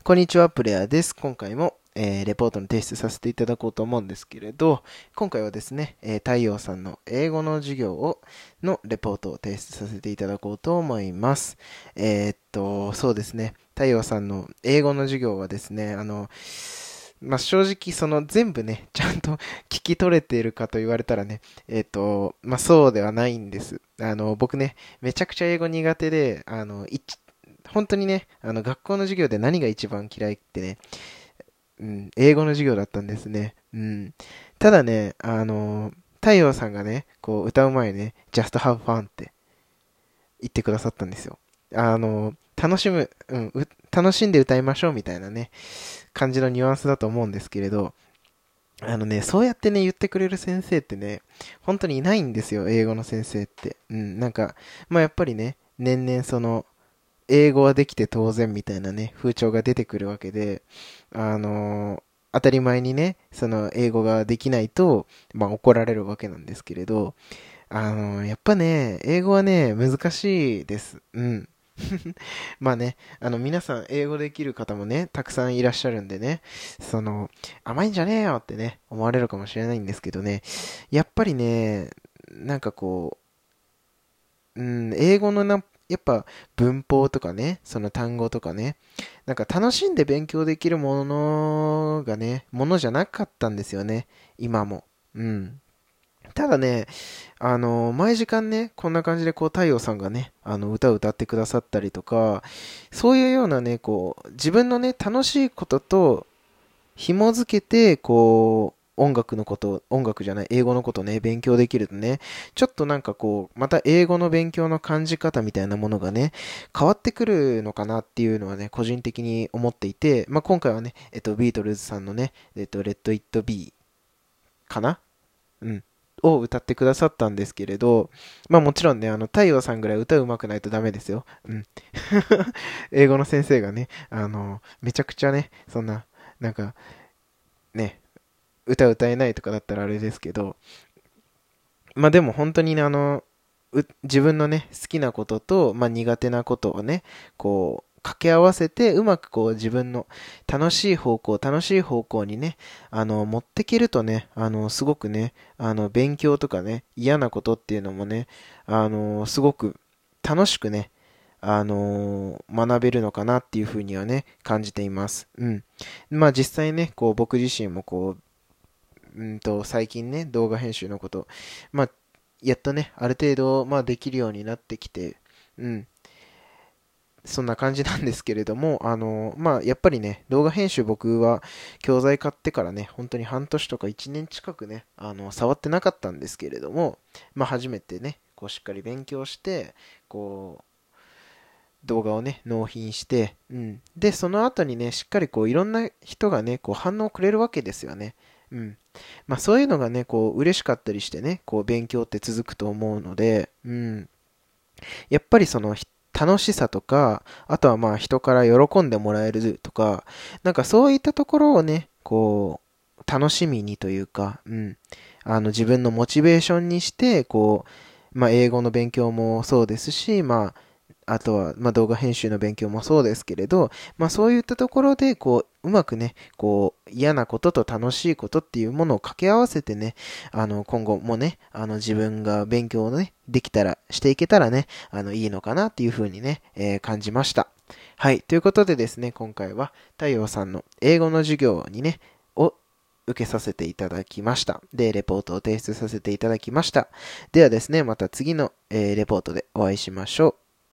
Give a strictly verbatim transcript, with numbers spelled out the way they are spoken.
こんにちは、プレイヤーです。今回も、えーレポートの提出させていただこうと思うんですけれど、今回はですね、えー太陽さんの英語の授業をのレポートを提出させていただこうと思います。えーっと、そうですね、太陽さんの英語の授業はですね、あの、まあ、正直その全部ね、ちゃんと聞き取れているかと言われたらね、えーっと、まあ、そうではないんです。あの、僕ね、めちゃくちゃ英語苦手で、あの、い本当にね、あの学校の授業で何が一番嫌いってね、うん、英語の授業だったんですね。うん。ただね、あの、太陽さんがね、こう歌う前ね、just have fun って言ってくださったんですよ。あの、楽しむ、うん、う楽しんで歌いましょうみたいなね、感じのニュアンスだと思うんですけれど、あのね、そうやってね、言ってくれる先生ってね、本当にいないんですよ、英語の先生って。うん、なんか、まあやっぱりね、年々その、英語はできて当然みたいなね、風潮が出てくるわけで、あのー当たり前にね、その英語ができないと、まあ怒られるわけなんですけれど、あのーやっぱね、英語はね、難しいです。うん。まあね、あの皆さん英語できる方もね、たくさんいらっしゃるんでね、その、甘いんじゃねえよってね、思われるかもしれないんですけどね、やっぱりね、なんかこう、うん、英語のな、やっぱ文法とかね、その単語とかね、なんか楽しんで勉強できるものがね、ものじゃなかったんですよね、今も。うん。ただね、あの、毎時間ね、こんな感じでこう太陽さんがね、あの歌を歌ってくださったりとか、そういうようなね、こう、自分のね、楽しいことと紐づけて、こう、音楽のこと、音楽じゃない、英語のことね、勉強できるとね、ちょっとなんかこう、また英語の勉強の感じ方みたいなものがね、変わってくるのかなっていうのはね、個人的に思っていて、まあ、今回はね、えっと、ビートルズさんのね、えっと、レッド・イット・ビーかなうん。を歌ってくださったんですけれど、まあもちろんね、あの、太陽さんぐらい歌うまくないとダメですよ。うん。英語の先生がね、あの、めちゃくちゃね、そんな、なんか、ね、歌歌えないとかだったらあれですけど、まあでも本当にね、あの、う自分のね、好きなことと、まあ苦手なことをね、こう、掛け合わせて、うまくこう自分の楽しい方向、楽しい方向にね、あの、持ってけるとね、あの、すごくね、あの、勉強とかね、嫌なことっていうのもね、あの、すごく楽しくね、あの学べるのかなっていうふうにはね、感じています。うん。まあ実際ね、こう僕自身もこう、うんと、最近ね、動画編集のこと、まあ、やっとね、ある程度、まあ、できるようになってきて、うん、そんな感じなんですけれども、あの、まあ、やっぱりね、動画編集僕は教材買ってからね、本当に半年とかいちねん近くね、あの、触ってなかったんですけれども、まあ、初めてね、こう、しっかり勉強して、こう、動画をね、納品して、うん。で、その後にね、しっかりこう、いろんな人がね、こう、反応をくれるわけですよね。うん。まあ、そういうのがね、こう、嬉しかったりしてね、こう、勉強って続くと思うので、うん。やっぱりその、ひ楽しさとか、あとはまあ、人から喜んでもらえるとか、なんかそういったところをね、こう、楽しみにというか、うん。あの、自分のモチベーションにして、こう、まあ、英語の勉強もそうですし、まあ、あとは、まあ、動画編集の勉強もそうですけれど、まあ、そういったところで、こう、うまくね、こう、嫌なことと楽しいことっていうものを掛け合わせてね、あの、今後もね、あの、自分が勉強をね、できたら、していけたらね、あの、いいのかなっていうふうにね、えー感じました。はい。ということでですね、今回は、太陽さんの英語の授業にね、を受けさせていただきました。で、レポートを提出させていただきました。ではですね、また次の、えーレポートでお会いしましょう。